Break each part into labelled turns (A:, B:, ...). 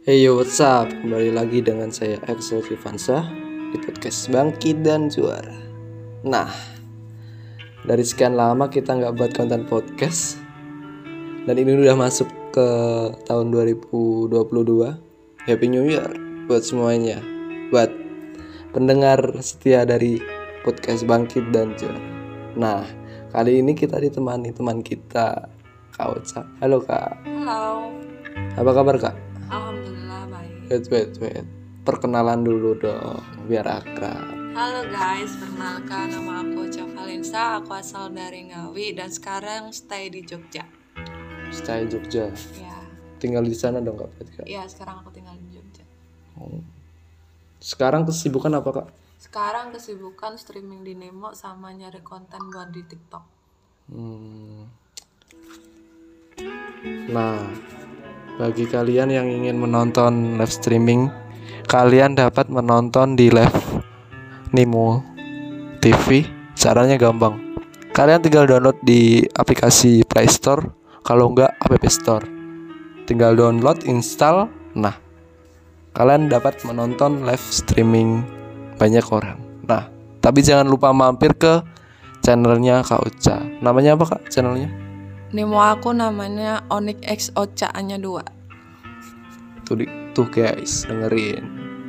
A: Hey yo, what's up? Kembali lagi dengan saya Axel Rifansa di podcast Bangkit dan Juara. Nah, dari sekian lama kita nggak buat konten podcast, dan ini udah masuk ke tahun 2022. Happy New Year buat semuanya, buat pendengar setia dari podcast Bangkit dan Juara. Nah, kali ini kita ditemani teman kita, Kak Ocha. Halo Kak.
B: Halo,
A: Apa kabar Kak?
B: alhamdulillah baik.
A: Wait. Perkenalan dulu dong, biar akrab.
B: Halo guys, perkenalkan nama aku Ocha Valensa. Aku asal dari Ngawi dan sekarang stay di Jogja.
A: Stay Jogja.
B: Ya,
A: Tinggal di sana dong Kak? Berarti, Kak?
B: ya sekarang aku tinggal di Jogja.
A: Sekarang kesibukan apa Kak?
B: Sekarang kesibukan streaming di Nemo sama nyari konten buat di TikTok.
A: Nah, bagi kalian yang ingin menonton live streaming, kalian dapat menonton di live Nimo TV. Caranya gampang. Kalian tinggal download di aplikasi Play Store, kalau enggak App Store. Tinggal download, install. Nah, kalian dapat menonton live streaming banyak orang. Nah, tapi jangan lupa mampir ke channelnya Kak Ocha. Namanya apa Kak channelnya?
B: Nemo aku namanya Onyx X Ocha nya 2.
A: Tuh guys, dengerin.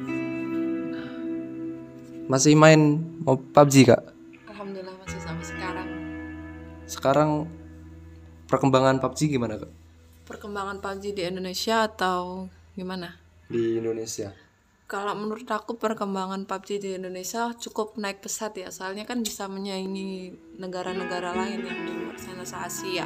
A: Masih main PUBG Kak?
B: Alhamdulillah masih sampai sekarang.
A: Sekarang perkembangan PUBG gimana Kak?
B: Perkembangan PUBG di Indonesia atau gimana?
A: Di Indonesia.
B: Kalau menurut aku perkembangan PUBG di Indonesia cukup naik pesat ya, soalnya kan bisa menyaingi negara-negara lain yang di luar sana se-Asia.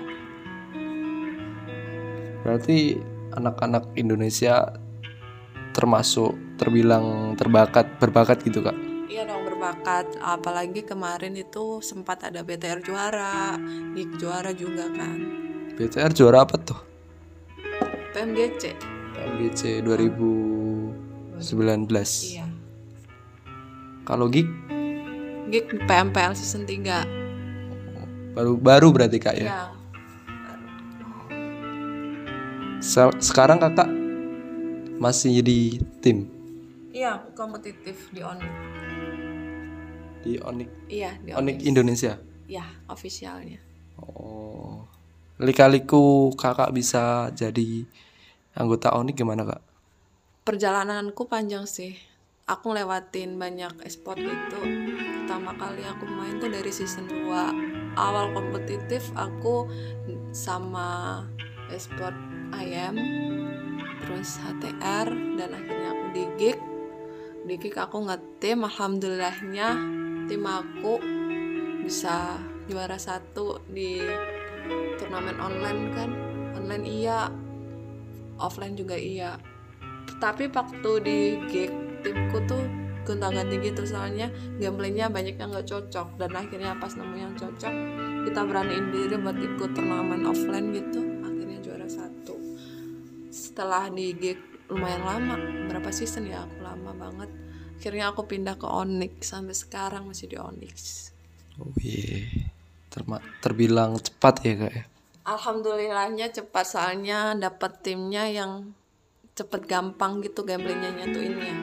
A: Berarti anak-anak Indonesia termasuk terbilang berbakat gitu Kak?
B: Iya dong, berbakat. Apalagi kemarin itu sempat ada BTR juara, GIG juara juga kan.
A: BTR juara apa tuh?
B: PMGC.
A: PMGC 2019.
B: Iya.
A: Kalau GIG
B: GIG PMPL season 3.
A: baru berarti Kak ya?
B: Iya.
A: Sekarang Kakak masih di tim
B: Iya, kompetitif di Onyx.
A: di Onyx.
B: Iya, di
A: Onyx
B: Onyx.
A: Indonesia.
B: Iya, officialnya.
A: Oh. Lika-liku Kakak bisa jadi anggota Onyx gimana Kak?
B: Perjalananku panjang sih. Aku lewatin banyak e-sport gitu. Pertama kali aku main tuh dari season 2. Awal kompetitif aku sama e-sport IM, terus HTR, dan akhirnya aku di GIG. Di GIG aku nge-tim, alhamdulillahnya tim aku bisa juara 1 di turnamen online kan. Online iya, offline juga iya. Tapi waktu di GIG timku tuh gonta-ganti gitu, soalnya gameplaynya banyak yang gak cocok, dan akhirnya pas nemu yang cocok kita beraniin diri buat ikut turnamen offline gitu, akhirnya juara 1. Setelah di GIG lumayan lama, berapa season ya, aku lama banget, akhirnya aku pindah ke Onyx, sampai sekarang masih di Onyx.
A: Oh iya, terbilang cepat ya Kak ya?
B: Alhamdulillahnya cepat, soalnya dapat timnya yang cepet, gampang gitu gameplaynya nyatuinnya.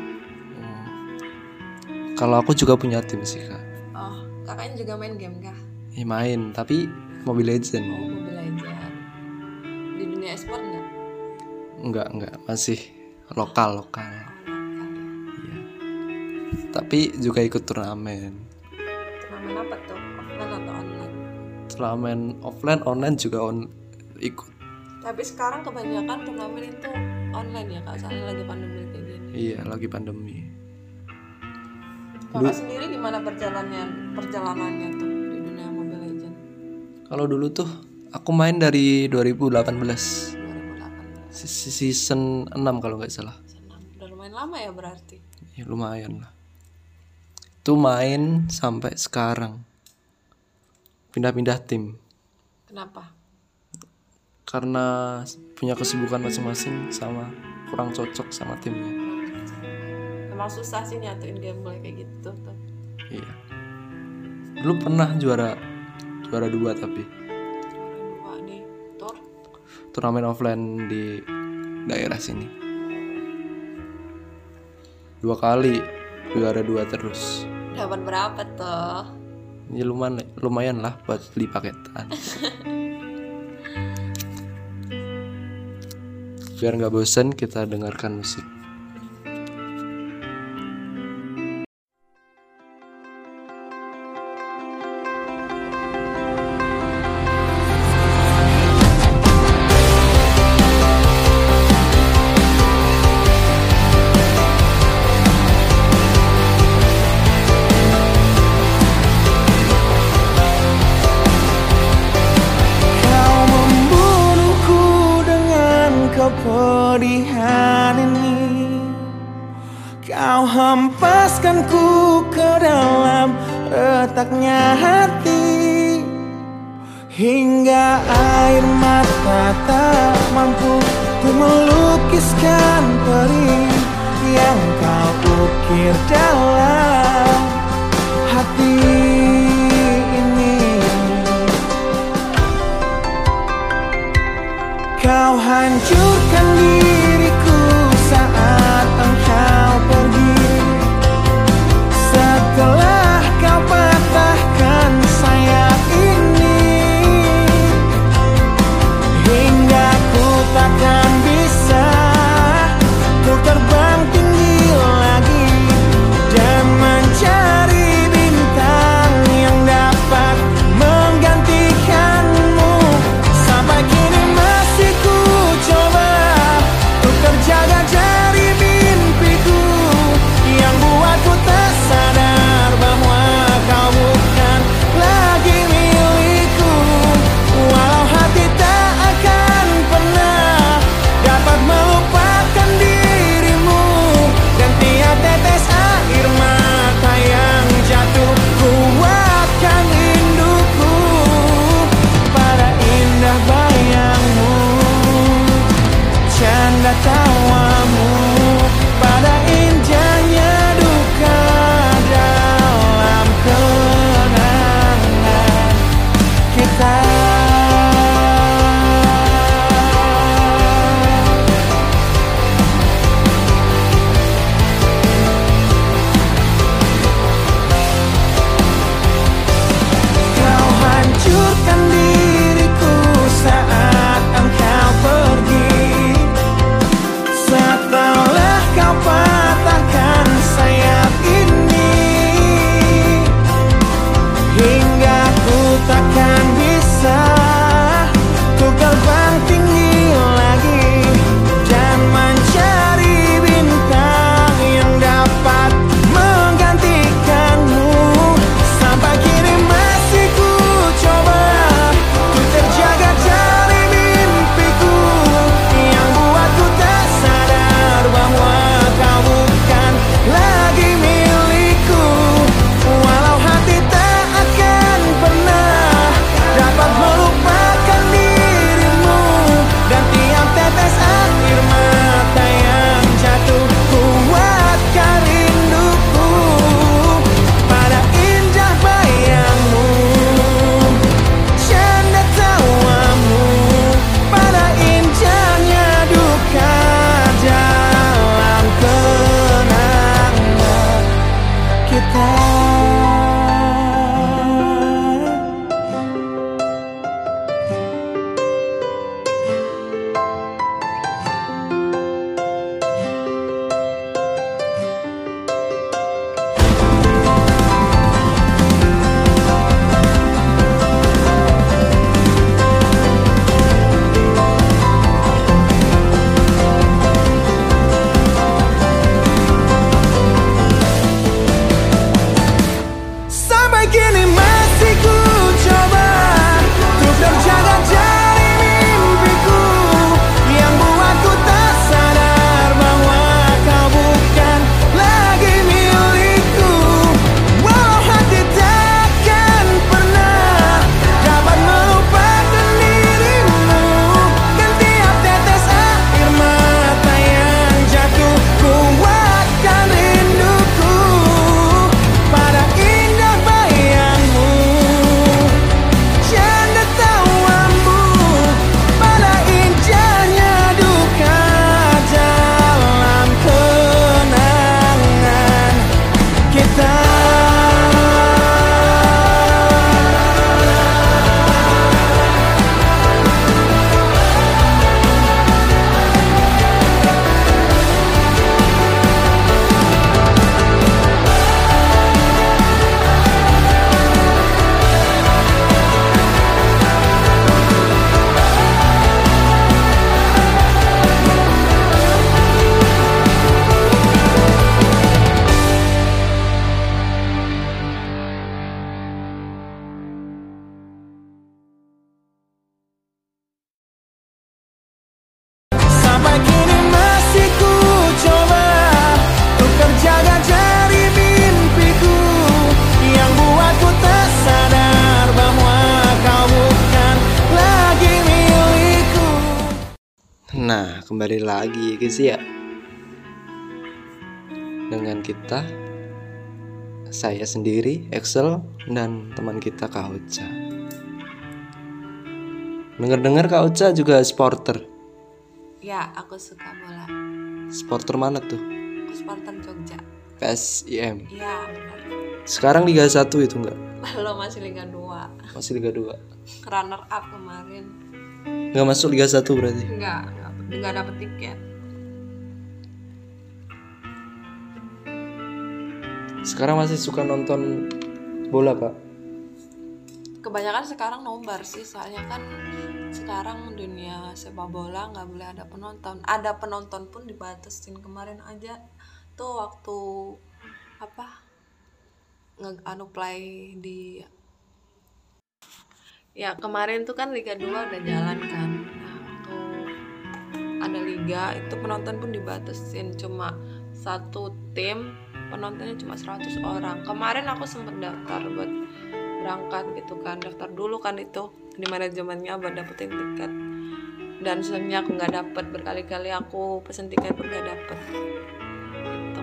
A: Kalau aku juga punya tim sih Kak.
B: Oh, kakaknya juga main game kah?
A: Main, tapi Mobile Legend.
B: Oh, Mobile Legends. Di dunia e-sport enggak?
A: Enggak, masih lokal. Iya. Tapi juga ikut turnamen.
B: Turnamen apa tuh? Offline atau online?
A: Turnamen offline, online juga ikut.
B: Tapi sekarang kebanyakan turnamen itu online ya kak, soalnya lagi pandemi kayak gini.
A: Iya, lagi pandemi.
B: Kakak sendiri gimana perjalanannya tuh di dunia Mobile Legends?
A: Kalau dulu tuh aku main dari 2018.
B: 2018.
A: Season 6 kalau nggak salah.
B: Senang. Udah lumayan lama ya berarti.
A: Ya, lumayan lah. Itu main sampai sekarang. Pindah-pindah tim.
B: Kenapa?
A: Karena punya kesibukan masing-masing sama kurang cocok sama timnya.
B: Emang susah sih nyatuin gameplay kayak gitu tuh.
A: Iya. Dulu pernah juara 2 tapi
B: Juara 2 di tour.
A: turnamen offline di daerah sini. 2 kali, juara 2 terus.
B: Dapat berapa tuh?
A: Ya lumayan lah buat beli paketan. Biar nggak bosan kita dengarkan musik.
C: Kepedihan ini kau hempaskan ku ke dalam retaknya hati, hingga air mata tak mampu untuk melukiskan perih yang kau ukir dalam hati ini. Kau hancurkan diriku saat engkau pergi, setelah kau patahkan sayap ini, hingga ku takkan bisa untuk terbang tinggi lagi dan mencari bintang yang dapat menggantikanmu. Sampai kini masih ku coba untuk terjaga dari mimpiku yang buatku tak sadar bahwa kau bukan lagi milikku. Walau hati tak akan pernah dapat melupakan dirimu, dan tiap tetes air mata yang jatuh kuatkan rinduku pada indah bayangmu, canda tawamu, pada indahnya duka dalam kenangan kita. Kau hancurkan diriku saat engkau pergi, setelah
A: kembali lagi guys ya dengan kita, saya sendiri Excel dan teman kita Kak Uca. Dengar-dengar Kak Uca juga supporter.
B: Ya, aku suka bola.
A: Supporter mana tuh?
B: Aku supporter Jogja.
A: PSIM.
B: Iya, benar.
A: Sekarang Liga 1 itu enggak?
B: Lo masih Liga 2.
A: Masih Liga 2.
B: Runner up kemarin.
A: Enggak masuk Liga 1 berarti?
B: Enggak dapet tiket.
A: Sekarang masih suka nonton bola Kak?
B: Kebanyakan sekarang nobar sih, soalnya kan sekarang dunia sepak bola nggak boleh ada penonton. Ada penonton pun dibatasin. Kemarin aja tuh waktu play di ya kemarin tuh kan Liga 2 udah jalan kan. Nah, waktu ada liga itu penonton pun dibatasin, cuma satu tim penontonnya cuma 100 orang. Kemarin aku sempet daftar buat berangkat gitu kan, daftar dulu kan itu di manajemennya buat dapetin tiket, dan sayangnya aku nggak dapet. Berkali-kali aku pesen tiket pun nggak dapet gitu.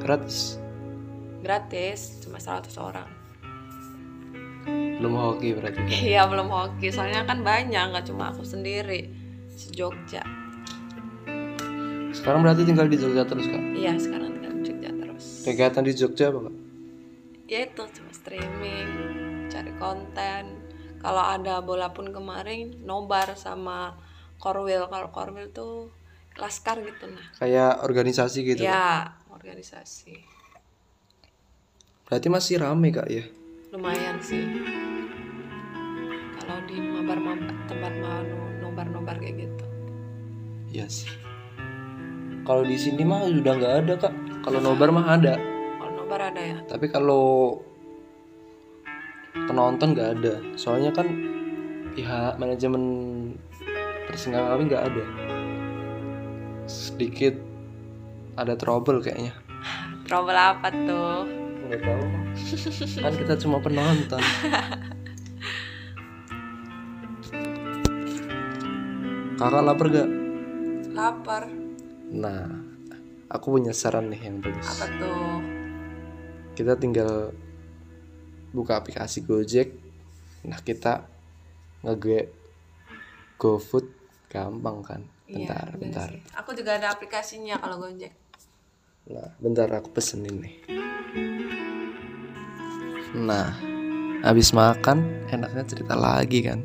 B: Gratis cuma 100 orang.
A: Belum hoki berarti?
B: Iya, belum hoki, soalnya kan banyak, nggak cuma aku sendiri se-Jogja.
A: Sekarang berarti tinggal di Jogja terus Kak?
B: Iya, sekarang tinggal di Jogja terus.
A: Kegiatan di Jogja apa Kak?
B: Ya itu cuma streaming, cari konten. Kalau ada bola pun kemarin nobar sama Korwil. Kalau Korwil tuh laskar gitu nah.
A: Kayak organisasi gitu
B: Ya,
A: Kak?
B: organisasi.
A: Berarti masih rame Kak ya?
B: Lumayan sih. Kalau di tempat nobar kayak gitu.
A: Iya sih. Kalau di sini mah udah nggak ada Kak. Kalau nobar mah ada.
B: Kalau nobar ada ya.
A: Tapi kalau penonton nggak ada. Soalnya kan pihak manajemen Persinggawi nggak ada. Sedikit ada trouble kayaknya.
B: Trouble apa tuh?
A: Nggak tahu. Kan kita cuma penonton. Kakak lapar gak?
B: Lapar.
A: Nah, aku punya saran nih yang bagus.
B: Apa tuh?
A: Kita tinggal buka aplikasi Gojek. Nah, kita nge-grab GoFood gampang kan? Bentar.
B: Sih. Aku juga ada aplikasinya kalau Gojek.
A: Nah, bentar aku pesenin nih. Nah, habis makan enaknya cerita lagi kan.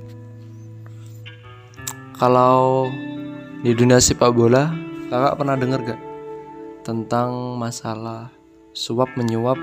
A: Kalau di dunia sepak bola, kakak pernah dengar gak tentang masalah suap menyuap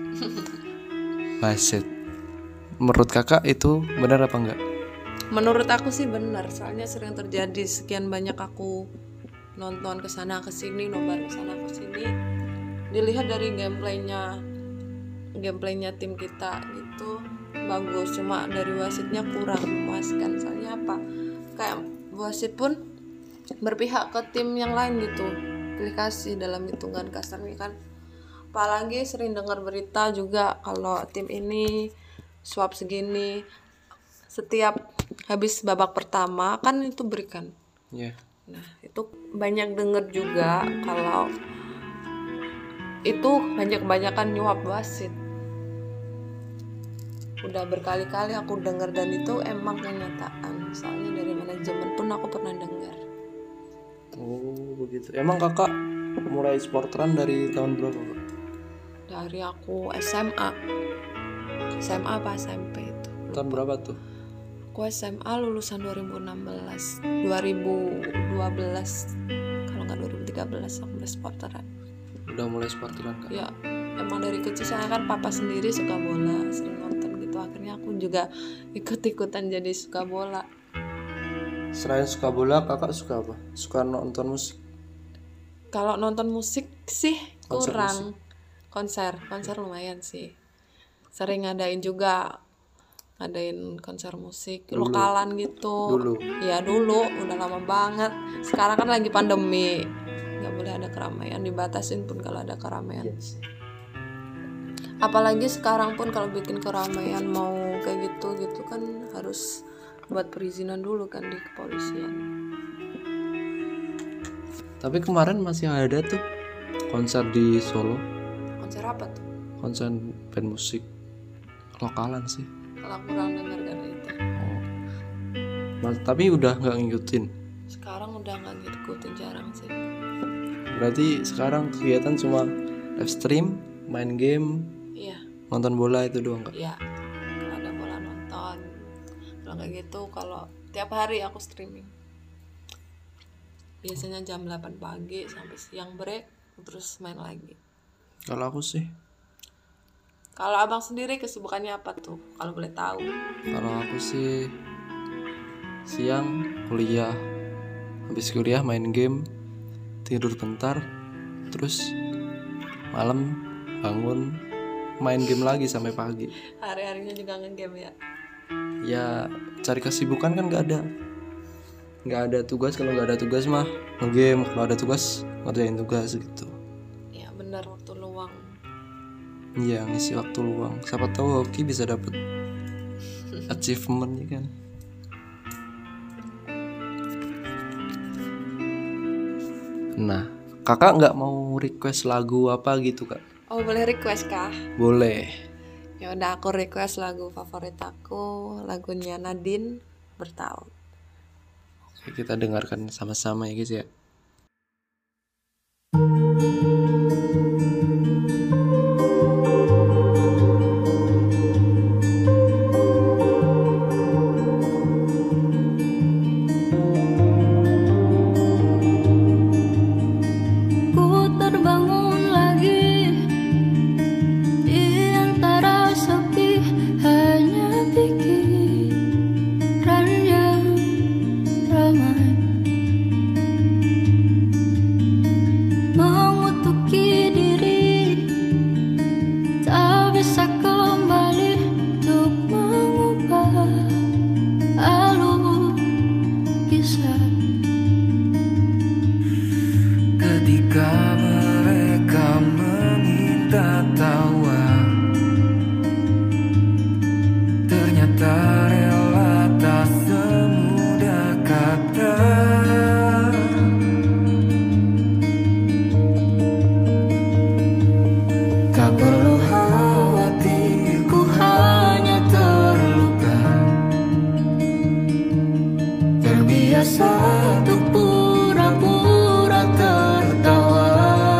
A: wasit? Menurut kakak itu benar apa enggak?
B: Menurut aku sih benar, soalnya sering terjadi. Sekian banyak aku nonton kesana kesini, nobar kesana kesini, dilihat dari gameplaynya tim kita gitu bagus, cuma dari wasitnya kurang memuaskan. Soalnya apa, kayak wasit pun berpihak ke tim yang lain gitu, pilih kasih dalam hitungan kasarnya kan. Apalagi sering dengar berita juga kalau tim ini suap segini setiap habis babak pertama kan itu berikan.
A: Iya.
B: Nah, itu banyak dengar juga kalau itu banyak-banyakan nyuap wasit. Udah berkali-kali aku dengar dan itu emang kenyataan. Soalnya dari manajemen pun aku pernah dengar.
A: Oh begitu. Emang kakak mulai sporteran dari tahun berapa Kak?
B: Dari aku SMA apa SMP itu.
A: Tahun berapa tuh?
B: Aku SMA lulusan 2012 kalau nggak 2013 aku mulai sporteran.
A: Udah mulai sporteran Kak?
B: Ya emang dari kecil, saya kan papa sendiri suka bola, sering nonton gitu, akhirnya aku juga ikut-ikutan jadi suka bola.
A: Selain suka bola, kakak suka apa? Suka nonton musik?
B: Kalau nonton musik sih
A: Konser
B: kurang.
A: musik.
B: Konser lumayan sih. Sering ngadain konser musik
A: Dulu.
B: lokalan gitu.
A: Dulu.
B: Ya dulu, udah lama banget. Sekarang kan lagi pandemi, nggak boleh ada keramaian, dibatasin pun kalau ada keramaian.
A: Yes.
B: Apalagi sekarang pun kalau bikin keramaian mau kayak gitu kan harus buat perizinan dulu kan di kepolisian.
A: Tapi kemarin masih ada tuh konser di Solo,
B: Konser apa tuh?
A: konser band musik lokalan sih.
B: Kalau aku kurang dengar kan itu.
A: Tapi udah nggak ngikutin.
B: Sekarang udah nggak ngikutin, jarang sih.
A: Berarti sekarang kegiatan cuma live stream, main game,
B: Iya,
A: nonton bola itu doang nggak?
B: iya. Kalau ada bola nonton. Kalau kayak gitu, kalau tiap hari aku streaming. Biasanya jam 8 pagi sampai siang break, terus main lagi.
A: Kalau aku sih,
B: Kalau abang sendiri kesibukannya apa tuh? Kalau boleh tahu.
A: kalau aku sih siang kuliah, habis kuliah main game, tidur bentar, terus malam bangun main game lagi sampai pagi.
B: Hari-harinya juga nge-game ya?
A: Ya cari kesibukan kan nggak ada tugas. Kalau nggak ada tugas mah nge-game, kalau ada tugas ngerjain tugas gitu.
B: Ya benar, waktu luang.
A: Iya, ngisi waktu luang. Siapa tahu hoki bisa dapet achievement ya kan. Nah, kakak nggak mau request lagu apa gitu kak?
B: Oh, boleh request kah?
A: Boleh.
B: Ya udah, aku request lagu favorit aku, lagunya Nadine, Bertaut.
A: Oke, kita dengarkan sama-sama ya guys ya.
D: Ku terbangun lagi di antara sepi, hanya pikiran yang ramai mengutuki diri, tak bisa kembali untuk mengubah alur kisah.
C: Ketika mereka meminta tawa, ternyata rela tak semudah kata. Tak perlu khawatir, ku hanya terluka, terbiasa untuk pura-pura tertawa.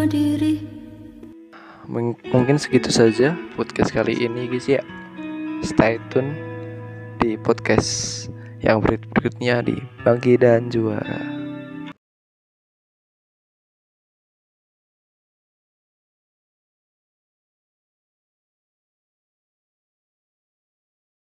D: diri.
A: Mungkin segitu saja podcast kali ini guys ya. Stay tune di podcast yang berikutnya di Bangki dan Juara.